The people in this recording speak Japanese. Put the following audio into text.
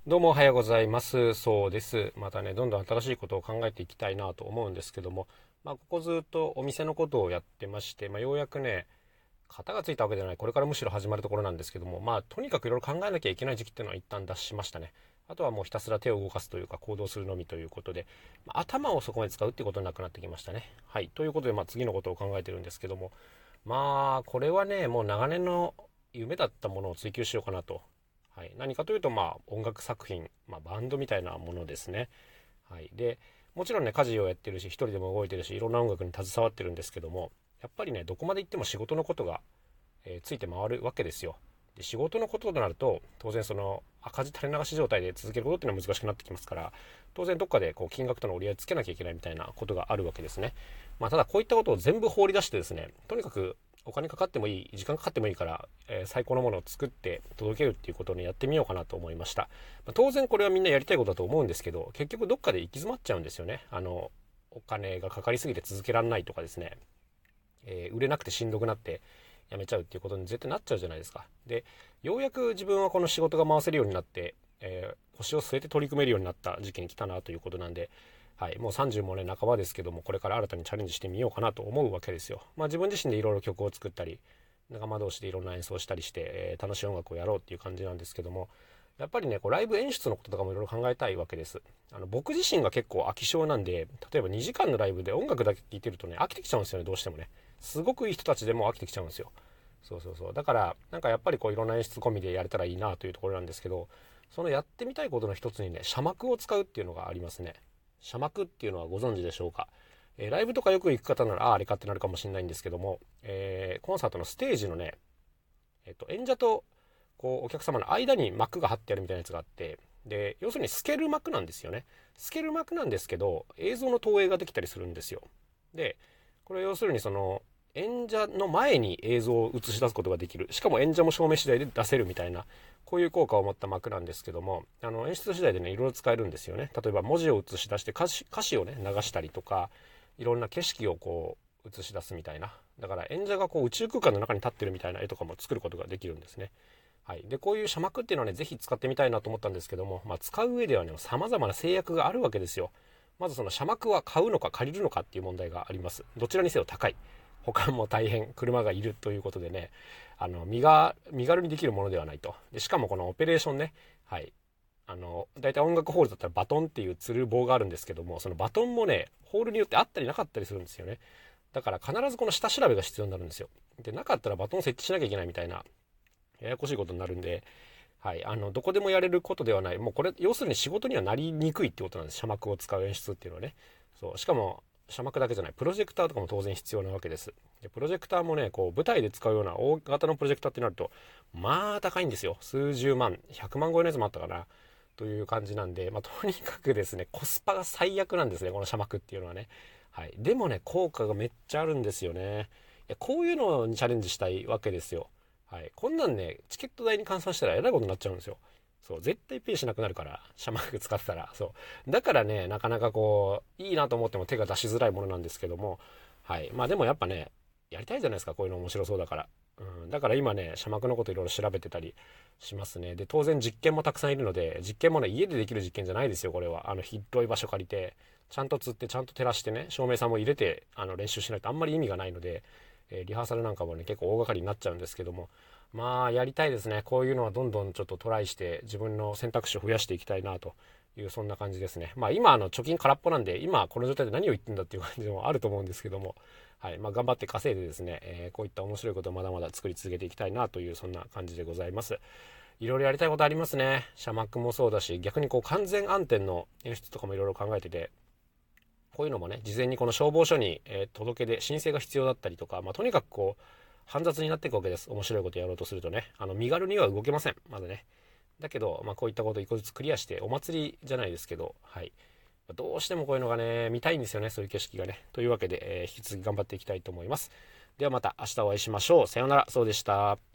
どうもおはようございます。そうです。またね、どんどん新しいことを考えていきたいなと思うんですけども、ここずっとお店のことをやってまして、ようやくね、型がついたわけじゃない、これからむしろ始まるところなんですけども、とにかくいろいろ考えなきゃいけない時期っていうのは一旦脱しましたね。あとはもうひたすら手を動かすというか行動するのみということで、頭をそこまで使うっていうことなくなってきましたね。はい。ということで、次のことを考えてるんですけども、これはね、もう長年の夢だったものを追求しようかなと。はい、何かというと、音楽作品、バンドみたいなものですね。はい、でもちろんね、家事をやってるし、一人でも動いてるし、いろんな音楽に携わってるんですけども、やっぱりね、どこまで行っても仕事のことが、ついて回るわけですよ。で、仕事のこととなると、当然その赤字垂れ流し状態で続けることっていうのは難しくなってきますから、当然どっかでこう金額との折り合いつけなきゃいけないみたいなことがあるわけですね。ただこういったことを全部放り出してですね、とにかくお金かかってもいい、時間かかってもいいから、最高のものを作って届けるっていうことをね、やってみようかなと思いました。当然これはみんなやりたいことだと思うんですけど、結局どっかで行き詰まっちゃうんですよね。お金がかかりすぎて続けられないとかですね、売れなくてしんどくなって辞めちゃうっていうことに絶対なっちゃうじゃないですか。で、ようやく自分はこの仕事が回せるようになって、腰を据えて取り組めるようになった時期に来たなということなんで、はい、もう30もね半ばですけども、これから新たにチャレンジしてみようかなと思うわけですよ。自分自身でいろいろ曲を作ったり、仲間同士でいろんな演奏したりして、楽しい音楽をやろうっていう感じなんですけども、やっぱりね、こうライブ演出のこととかもいろいろ考えたいわけです。僕自身が結構飽き性なんで、例えば2時間のライブで音楽だけ聴いてるとね、飽きてきちゃうんですよね、どうしてもね。すごくいい人たちでも飽きてきちゃうんですよ。そうそうそう。だから、やっぱりこういろんな演出込みでやれたらいいなというところなんですけど、そのやってみたいことの一つにね、車幕を使うっていうのがありますね。車幕っていうのはご存知でしょうか。ライブとかよく行く方なら、あれかってなるかもしれないんですけども、コンサートのステージのね、演者とこうお客様の間に幕が張ってあるみたいなやつがあって、で、要するに透ける幕なんですよね。透ける幕なんですけど、映像の投影ができたりするんですよ。で、これ要するにその、演者の前に映像を映し出すことができる。しかも演者も照明次第で出せるみたいな、こういう効果を持った幕なんですけども、演出次第でね、いろいろ使えるんですよね。例えば文字を映し出して歌詞をね、流したりとか、いろんな景色をこう、映し出すみたいな。だから演者がこう宇宙空間の中に立ってるみたいな絵とかも作ることができるんですね。はい。で、こういう車幕っていうのはね、ぜひ使ってみたいなと思ったんですけども、使う上ではね、様々な制約があるわけですよ。まずその車幕は買うのか借りるのかっていう問題があります。どちらにせよ高い。保管も大変、車がいるということでね、身軽にできるものではないと。で、しかもこのオペレーションね、はい。大体音楽ホールだったらバトンっていう吊る棒があるんですけども、そのバトンもね、ホールによってあったりなかったりするんですよね。だから必ずこの下調べが必要になるんですよ。で、なかったらバトンを設置しなきゃいけないみたいな、ややこしいことになるんで、はい、どこでもやれることではない。もうこれ、要するに仕事にはなりにくいってことなんです。車幕を使う演出っていうのはね。そう。しかも、車幕だけじゃない。プロジェクターとかも当然必要なわけです。で、プロジェクターもね、こう、舞台で使うような大型のプロジェクターってなると、高いんですよ。数十万、100万超えのやつもあったかな。という感じなんで、とにかくですね、コスパが最悪なんですね、この車幕っていうのはね。はい。でもね、効果がめっちゃあるんですよね。いや、こういうのにチャレンジしたいわけですよ。はい。こんなんね、チケット代に換算したらえらいことになっちゃうんですよ。そう、絶対ペイしなくなるから、シャマーク使ってたら。そう。だからね、なかなかこう、いいなと思っても手が出しづらいものなんですけども、はい。でもやっぱね、やりたいじゃないですか、こういうの面白そうだから。うん。だから今ね、シャマクのこといろいろ調べてたりしますね。で、当然実験もたくさんいるので、実験もね、家でできる実験じゃないですよ、これは。広い場所借りて、ちゃんと釣って、ちゃんと照らしてね、照明さんも入れて、練習しないとあんまり意味がないので、リハーサルなんかもね、結構大掛かりになっちゃうんですけども、やりたいですね。こういうのはどんどんちょっとトライして自分の選択肢を増やしていきたいなというそんな感じですね。今貯金空っぽなんで、今この状態で何を言ってんだっていう感じもあると思うんですけども、はい。頑張って稼いでですね、こういった面白いことをまだまだ作り続けていきたいなというそんな感じでございます。いろいろやりたいことありますね。シャマックもそうだし、逆にこう完全暗転の演出とかもいろいろ考えてて、こういうのもね、事前にこの消防署に、届け出、申請が必要だったりとか、とにかくこう、煩雑になっていくわけです。面白いことやろうとするとね。身軽には動けません。まだね。だけど、こういったことを一個ずつクリアして、お祭りじゃないですけど、はい。どうしてもこういうのがね、見たいんですよね。そういう景色がね。というわけで、引き続き頑張っていきたいと思います。ではまた明日お会いしましょう。さようなら。そうでした。